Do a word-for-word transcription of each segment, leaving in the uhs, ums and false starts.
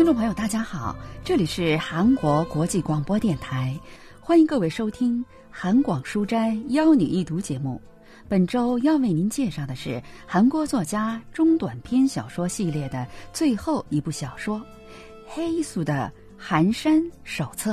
众朋友大家好，这里是韩国国际广播电台，欢迎各位收听韩广书斋邀你一读节目。本周要为您介绍的是韩国作家中短篇小说系列的最后一部小说《黑素的寒山手册》。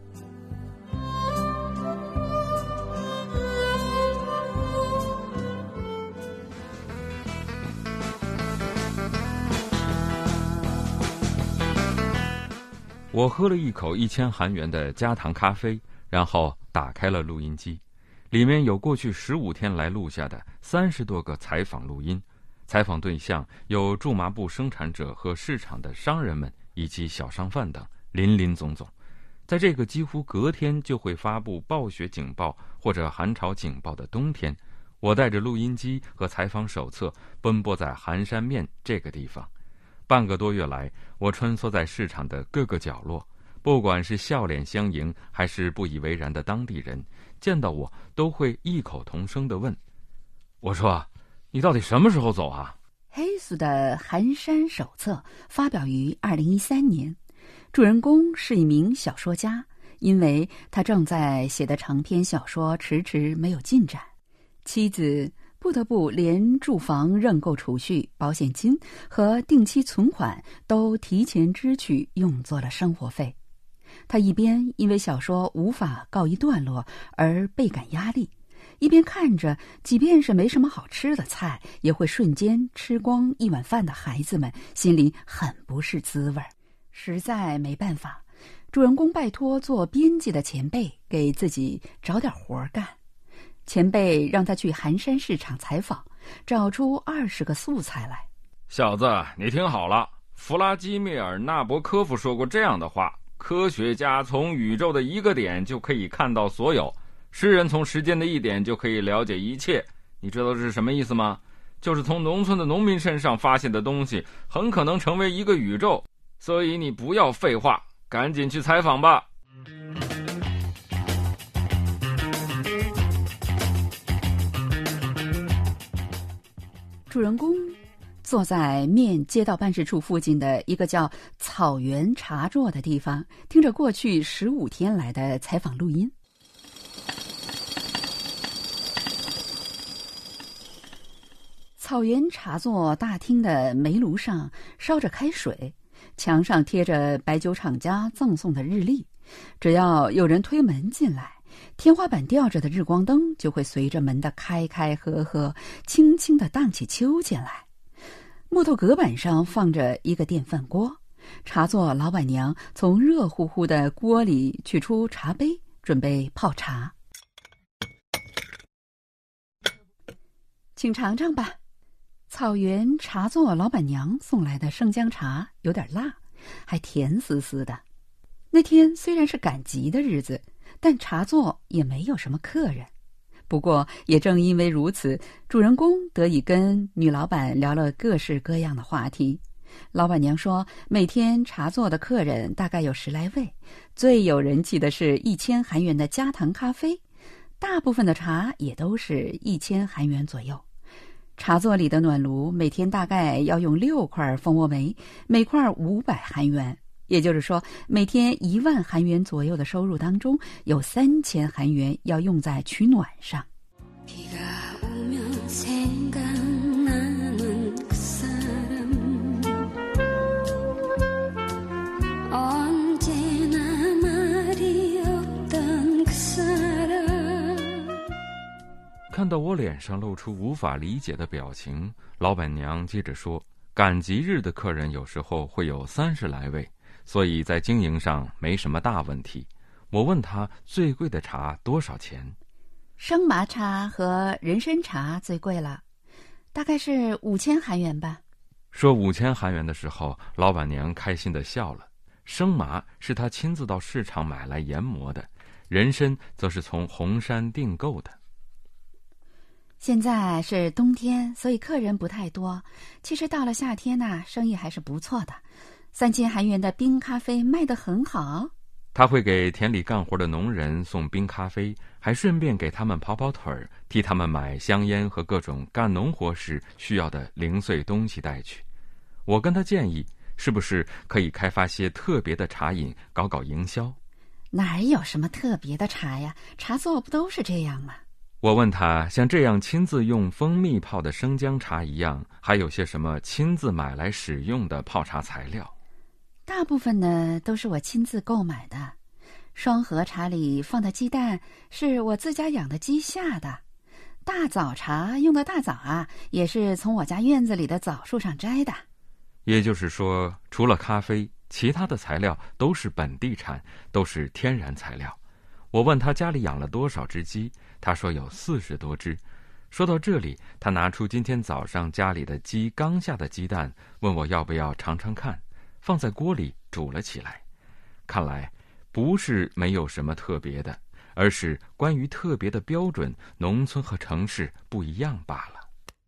我喝了一口一千韩元的加糖咖啡，然后打开了录音机，里面有过去十五天来录下的三十多个采访录音，采访对象有驻麻布生产者和市场的商人们以及小商贩等，林林总总。在这个几乎隔天就会发布暴雪警报或者寒潮警报的冬天，我带着录音机和采访手册奔波在寒山面这个地方。半个多月来，我穿梭在市场的各个角落，不管是笑脸相迎还是不以为然的当地人，见到我都会异口同声地问，我说你到底什么时候走啊？ 黑素的寒山手册发表于二零一三年，主人公是一名小说家，因为他正在写的长篇小说迟迟没有进展，妻子不得不连住房认购储蓄、保险金和定期存款都提前支取，用作了生活费。他一边因为小说无法告一段落而倍感压力，一边看着即便是没什么好吃的菜也会瞬间吃光一碗饭的孩子们，心里很不是滋味。实在没办法，主人公拜托做编辑的前辈给自己找点活干。前辈让他去寒山市场采访，找出二十个素材来。 小子，你听好了，弗拉基米尔·纳博科夫说过这样的话，科学家从宇宙的一个点就可以看到所有，诗人从时间的一点就可以了解一切。你知道这是什么意思吗？就是从农村的农民身上发现的东西很可能成为一个宇宙，所以你不要废话，赶紧去采访吧。 主人公坐在面街道办事处附近的一个叫草原茶座的地方，听着过去十五天来的采访录音。草原茶座大厅的煤炉上烧着开水，墙上贴着白酒厂家赠送的日历，只要有人推门进来，天花板吊着的日光灯就会随着门的开开合合轻轻地荡起秋千来。木头隔板上放着一个电饭锅，茶座老板娘从热乎乎的锅里取出茶杯，准备泡茶。请尝尝吧。草原茶座老板娘送来的生姜茶有点辣，还甜丝丝的。那天虽然是赶集的日子，但茶座也没有什么客人。不过也正因为如此，主人公得以跟女老板聊了各式各样的话题。老板娘说，每天茶座的客人大概有十来位，最有人气的是一千韩元的加糖咖啡，大部分的茶也都是一千韩元左右。茶座里的暖炉每天大概要用六块蜂窝煤，每块五百韩元。也就是说，每天一万韩元左右的收入当中，有三千韩元要用在取暖上。 看到我脸上露出无法理解的表情，老板娘接着说，赶集日的客人有时候会有三十来位，所以在经营上没什么大问题。我问他最贵的茶多少钱？ 生麻茶和人参茶最贵了，大概是五千韩元吧。 说五千韩元的时候，老板娘开心地笑了。生麻是她亲自到市场买来研磨的，人参则是从红山订购的。 现在是冬天，所以客人不太多。其实到了夏天呢，生意还是不错的。三千韩元的冰咖啡卖得很好。 他会给田里干活的农人送冰咖啡，还顺便给他们跑跑腿儿，替他们买香烟和各种干农活时需要的零碎东西带去。我跟他建议， 是不是可以开发些特别的茶饮，搞搞营销？ 哪有什么特别的茶呀？茶座不都是这样吗？ 我问他，像这样亲自用蜂蜜泡的生姜茶一样，还有些什么亲自买来使用的泡茶材料？ 大部分呢都是我亲自购买的。双合茶里放的鸡蛋是我自家养的鸡下的。大枣茶用的大枣啊，也是从我家院子里的枣树上摘的。 也就是说，除了咖啡，其他的材料都是本地产，都是天然材料。我问他家里养了多少只鸡，他说有四十多只。说到这里，他拿出今天早上家里的鸡刚下的鸡蛋，问我要不要尝尝看，放在锅里煮了起来。看来不是没有什么特别的，而是关于特别的标准，农村和城市不一样罢了。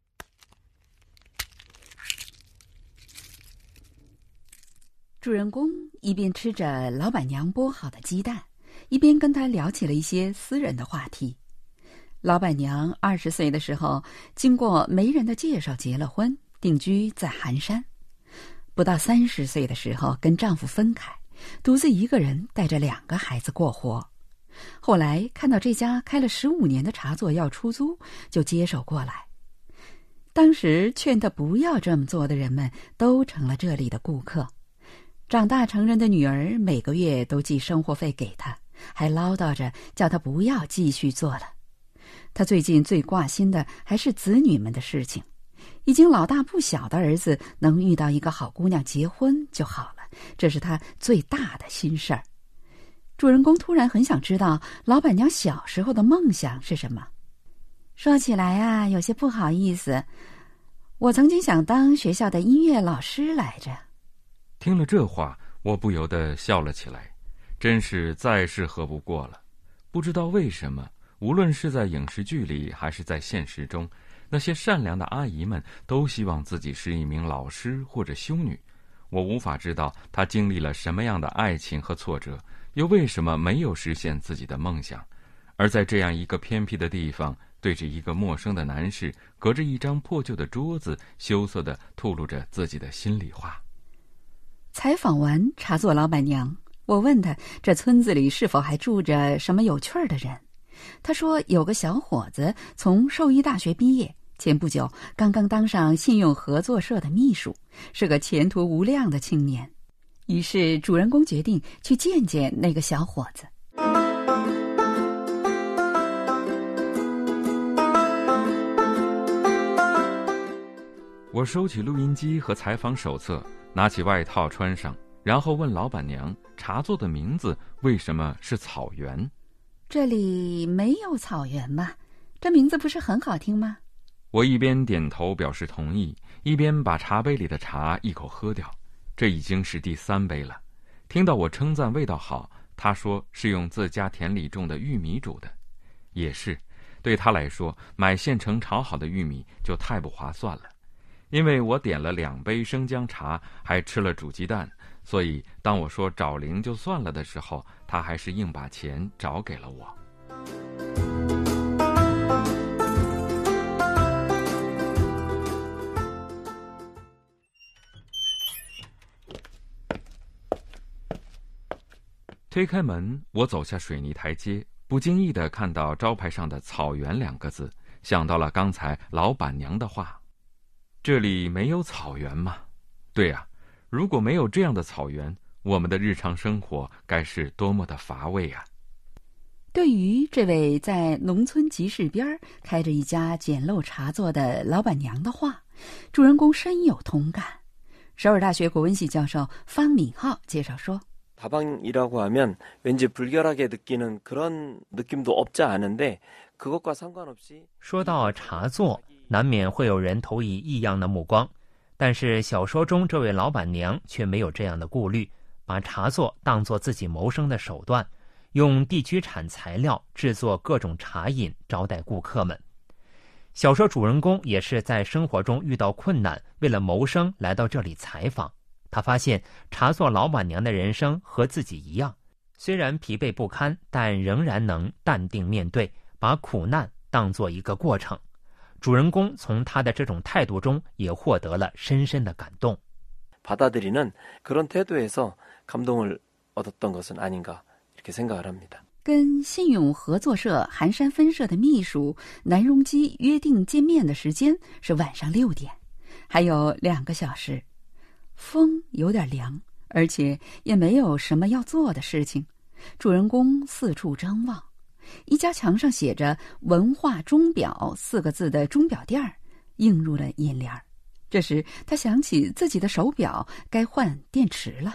主人公一边吃着老板娘剥好的鸡蛋，一边跟他聊起了一些私人的话题。老板娘二十岁的时候，经过媒人的介绍结了婚，定居在寒山。不到三十岁的时候，跟丈夫分开，独自一个人带着两个孩子过活。后来看到这家开了十五年的茶座要出租，就接手过来。当时劝他不要这么做的人们，都成了这里的顾客。长大成人的女儿每个月都寄生活费给他，还唠叨着叫他不要继续做了。他最近最挂心的还是子女们的事情，已经老大不小的儿子能遇到一个好姑娘结婚就好了，这是他最大的心事儿。主人公突然很想知道老板娘小时候的梦想是什么。说起来啊，有些不好意思，我曾经想当学校的音乐老师来着。 听了这话，我不由得笑了起来，真是再适合不过了。不知道为什么，无论是在影视剧里还是在现实中，那些善良的阿姨们都希望自己是一名老师或者修女。我无法知道她经历了什么样的爱情和挫折，又为什么没有实现自己的梦想。而在这样一个偏僻的地方，对着一个陌生的男士，隔着一张破旧的桌子，羞涩地吐露着自己的心里话。 采访完茶座老板娘，我问他这村子里是否还住着什么有趣儿的人。他说有个小伙子从兽医大学毕业，前不久刚刚当上信用合作社的秘书，是个前途无量的青年。于是主人公决定去见见那个小伙子。 我收起录音机和采访手册，拿起外套穿上，然后问老板娘，茶座的名字为什么是草原？ 这里没有草原嘛，这名字不是很好听吗？ 我一边点头表示同意，一边把茶杯里的茶一口喝掉。这已经是第三杯了。听到我称赞味道好，他说是用自家田里种的玉米煮的。也是，对他来说，买现成炒好的玉米就太不划算了。因为我点了两杯生姜茶，还吃了煮鸡蛋，所以当我说找零就算了的时候，他还是硬把钱找给了我。推开门，我走下水泥台阶，不经意地看到招牌上的草原两个字，想到了刚才老板娘的话。这里没有草原吗？对呀，如果没有这样的草原，我们的日常生活该是多么的乏味啊！ 对于这位在农村集市边开着一家简陋茶座的老板娘的话，主人公深有同感。首尔大学国文系教授方敏浩介绍说， 다방이라고 하면 왠지 불결하게 느끼는 그런 느낌도 없지 않은데 그것과 상관없이 说到茶座，难免会有人投以异样的目光，但是小说中这位老板娘却没有这样的顾虑，把茶座当作自己谋生的手段，用地区产材料制作各种茶饮招待顾客们。小说主人公也是在生活中遇到困难，为了谋生来到这里采访。他发现茶座老板娘的人生和自己一样，虽然疲惫不堪，但仍然能淡定面对，把苦难当作一个过程。主人公从他的这种态度中也获得了深深的感动。 받아들이는 그런 태도에서 감동을 얻었던 것은 아닌가 이렇게 생각을 합니다. 跟信用合作社寒山分社的秘书南荣基约定见面的时间是晚上六点，还有两个小时。风有点凉，而且也没有什么要做的事情。主人公四处张望，一家墙上写着“文化钟表”四个字的钟表店儿映入了眼帘。这时他想起自己的手表该换电池了。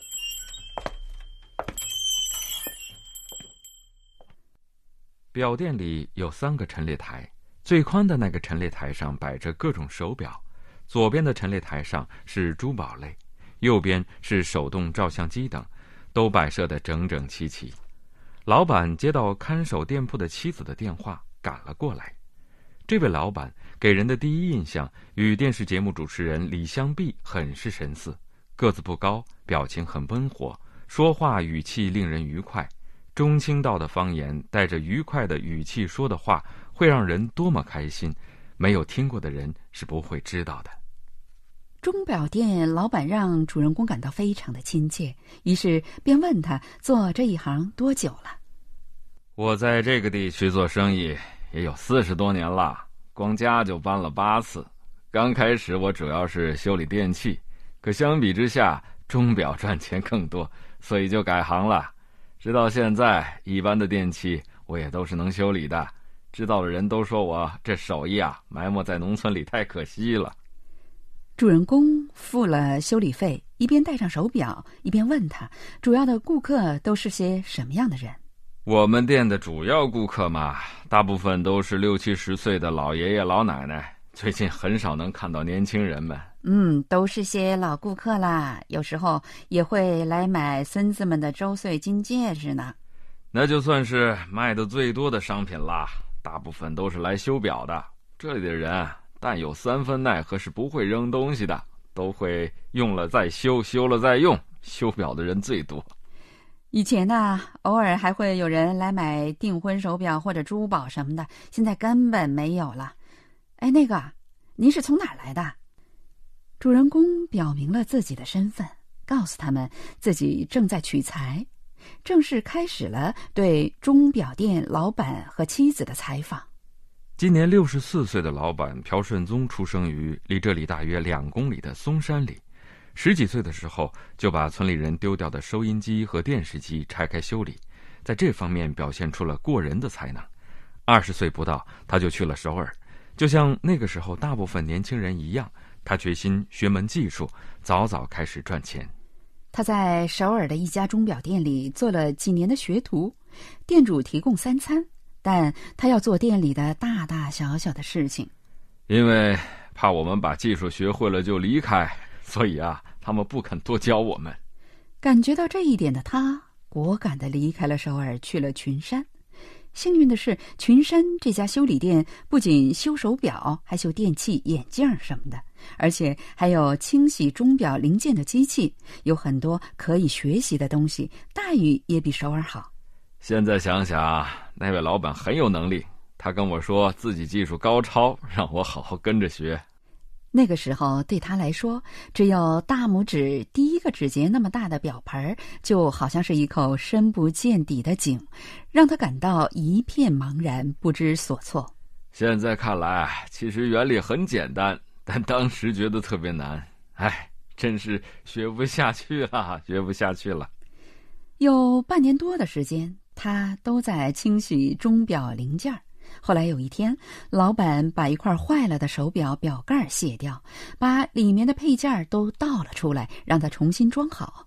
表店里有三个陈列台，最宽的那个陈列台上摆着各种手表，左边的陈列台上是珠宝类，右边是手动照相机等，都摆设得整整齐齐。老板接到看守店铺的妻子的电话，赶了过来。这位老板给人的第一印象与电视节目主持人李香碧很是神似，个子不高，表情很温和，说话语气令人愉快。中清道的方言带着愉快的语气说的话会让人多么开心，没有听过的人是不会知道的。 钟表店老板让主人公感到非常的亲切，于是便问他做这一行多久了。 我在这个地区做生意也有四十多年了，光家就搬了八次。刚开始我主要是修理电器，可相比之下钟表赚钱更多，所以就改行了。直到现在，一般的电器我也都是能修理的。知道的人都说我这手艺啊，埋没在农村里太可惜了。 主人公付了修理费，一边戴上手表，一边问他主要的顾客都是些什么样的人。 我们店的主要顾客嘛，大部分都是六七十岁的老爷爷老奶奶，最近很少能看到年轻人们。 嗯，都是些老顾客啦，有时候也会来买孙子们的周岁金戒指呢。 那就算是卖的最多的商品啦，大部分都是来修表的。这里的人但有三分耐和是不会扔东西的，都会用了再修，修了再用，修表的人最多。 以前呢，偶尔还会有人来买订婚手表或者珠宝什么的，现在根本没有了。哎，那个，您是从哪儿来的？主人公表明了自己的身份，告诉他们自己正在取材，正式开始了对钟表店老板和妻子的采访。 今年六十四岁的老板朴顺宗出生于离这里大约两公里的松山里，十几岁的时候就把村里人丢掉的收音机和电视机拆开修理，在这方面表现出了过人的才能。二十岁不到，他就去了首尔，就像那个时候大部分年轻人一样，他决心学门技术，早早开始赚钱。 他在首尔的一家钟表店里做了几年的学徒，店主提供三餐，但他要做店里的大大小小的事情。 因为怕我们把技术学会了就离开，所以啊，他们不肯多教我们。 感觉到这一点的他，果敢地离开了首尔，去了群山。幸运的是，群山这家修理店不仅修手表，还修电器、眼镜什么的，而且还有清洗钟表零件的机器，有很多可以学习的东西，待遇也比首尔好。 现在想想，那位老板很有能力，他跟我说自己技术高超，让我好好跟着学。 那个时候对他来说，只有大拇指第一个指节那么大的表盘，就好像是一口深不见底的井，让他感到一片茫然，不知所措。 现在看来，其实原理很简单，但当时觉得特别难。哎，真是学不下去了，学不下去了。 有半年多的时间，他都在清洗钟表零件。后来有一天，老板把一块坏了的手表表盖卸掉，把里面的配件都倒了出来，让他重新装好。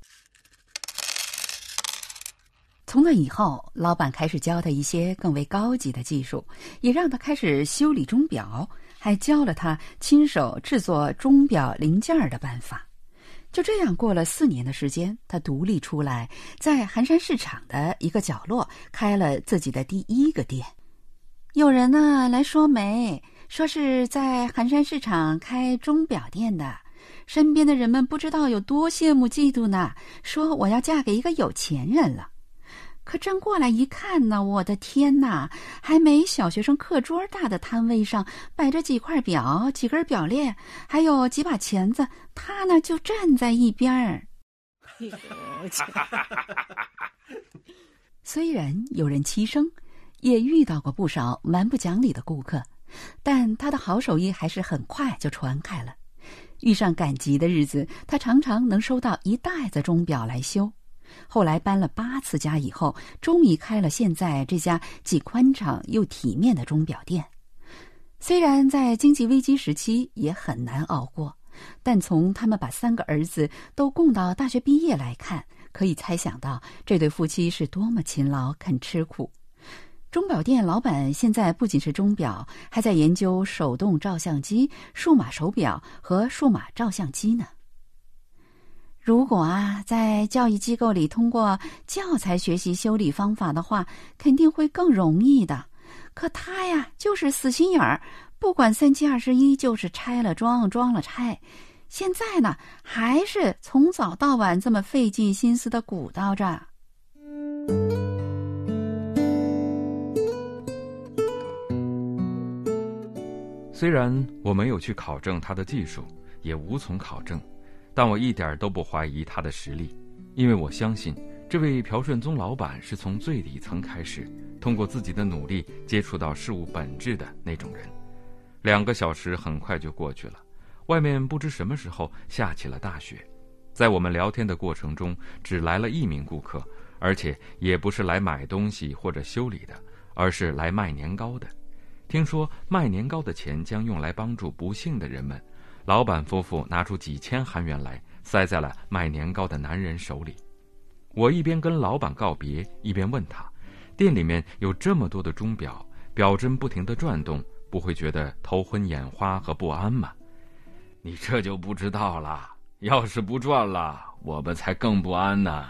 从那以后，老板开始教他一些更为高级的技术，也让他开始修理钟表，还教了他亲手制作钟表零件的办法。就这样过了四年的时间，他独立出来，在寒山市场的一个角落开了自己的第一个店。有人呢来说媒，说是在寒山市场开钟表店的，身边的人们不知道有多羡慕嫉妒呢，说我要嫁给一个有钱人了。 可站过来一看呢，我的天哪，还没小学生课桌大的摊位上摆着几块表、几根表链，还有几把钳子，他呢就站在一边儿。虽然有人欺生，也遇到过不少蛮不讲理的顾客，但他的好手艺还是很快就传开了。遇上赶集的日子，他常常能收到一袋子钟表来修。后来搬了八次家以后，终于开了现在这家既宽敞又体面的钟表店。虽然在经济危机时期也很难熬过，但从他们把三个儿子都供到大学毕业来看，可以猜想到这对夫妻是多么勤劳肯吃苦。钟表店老板现在不仅是钟表，还在研究手动照相机、数码手表和数码照相机呢。如果啊，在教育机构里通过教材学习修理方法的话，肯定会更容易的。可他呀，就是死心眼儿，不管三七二十一，就是拆了装，装了拆。现在呢，还是从早到晚这么费尽心思的鼓捣着。 虽然我没有去考证他的技术，也无从考证，但我一点都不怀疑他的实力，因为我相信这位朴顺宗老板是从最底层开始，通过自己的努力接触到事物本质的那种人。两个小时很快就过去了，外面不知什么时候下起了大雪。在我们聊天的过程中，只来了一名顾客，而且也不是来买东西或者修理的，而是来卖年糕的。听说卖年糕的钱将用来帮助不幸的人们，老板夫妇拿出几千韩元来，塞在了卖年糕的男人手里。我一边跟老板告别，一边问他，店里面有这么多的钟表，表针不停地转动，不会觉得头昏眼花和不安吗？你这就不知道了，要是不转了，我们才更不安呢。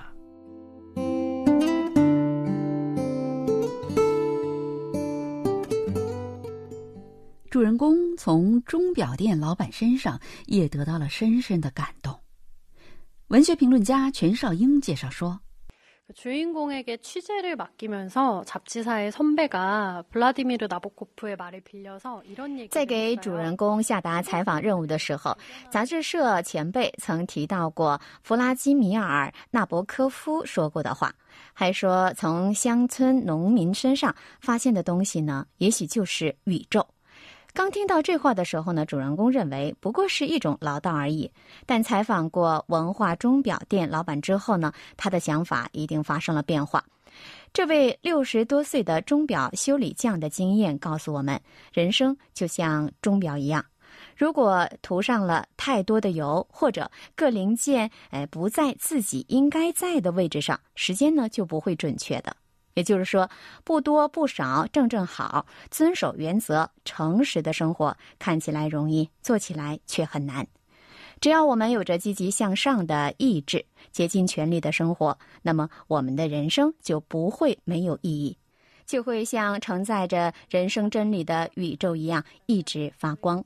主人公从钟表店老板身上也得到了深深的感动。文学评论家全少英介绍说， 주인공에게 취재를 맡기면서 잡지사의 선배가 블라디미르 나보코프의 말을 빌려서 이런 얘기 在给主人公下达采访任务的时候，杂志社前辈曾提到过弗拉基米尔·纳博科夫说过的话，还说从乡村农民身上发现的东西呢，也许就是宇宙。刚听到这话的时候呢，主人公认为不过是一种唠叨而已。但采访过文化钟表店老板之后呢，他的想法一定发生了变化。这位六十多岁的钟表修理匠的经验告诉我们，人生就像钟表一样，如果涂上了太多的油，或者各零件哎不在自己应该在的位置上，时间呢就不会准确的。也就是说，不多不少，正正好，遵守原则，诚实的生活看起来容易，做起来却很难。只要我们有着积极向上的意志，竭尽全力的生活，那么我们的人生就不会没有意义，就会像承载着人生真理的宇宙一样，一直发光。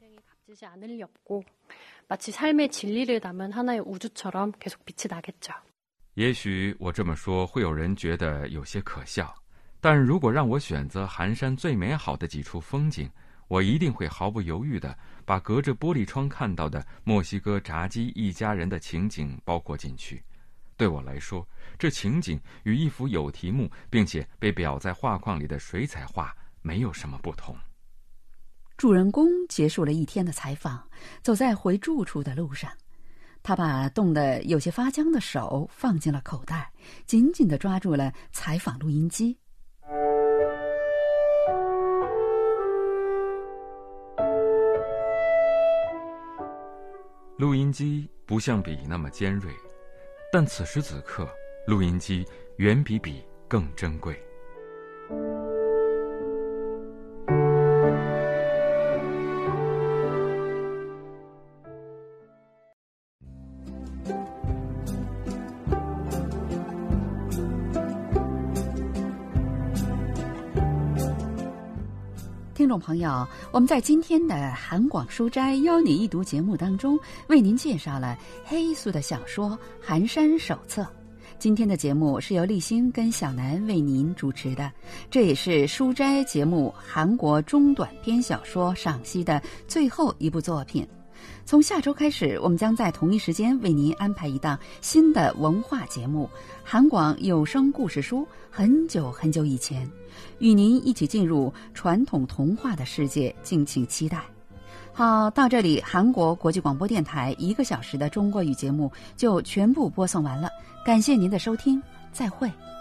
마치 삶의 진리를 담은 하나의 우주처럼 계속 빛이 나겠죠. 也许我这么说会有人觉得有些可笑，但如果让我选择寒山最美好的几处风景，我一定会毫不犹豫地把隔着玻璃窗看到的墨西哥炸鸡一家人的情景包括进去。对我来说，这情景与一幅有题目并且被裱在画框里的水彩画没有什么不同。 主人公结束了一天的采访，走在回住处的路上，他把冻得有些发僵的手放进了口袋，紧紧地抓住了采访录音机。 录音机不像笔那么尖锐，但此时此刻，录音机远比笔更珍贵。 听众朋友，我们在今天的韩广书斋邀你一读节目当中，为您介绍了黑素的小说《寒山手册》。 今天的节目是由立新跟小南为您主持的，这也是书斋节目韩国中短篇小说赏析的最后一部作品。从下周开始，我们将在同一时间为您安排一档新的文化节目——韩广有声故事书。很久很久以前，与您一起进入传统童话的世界，敬请期待。好，到这里，韩国国际广播电台一个小时的中国语节目就全部播送完了。感谢您的收听，再会。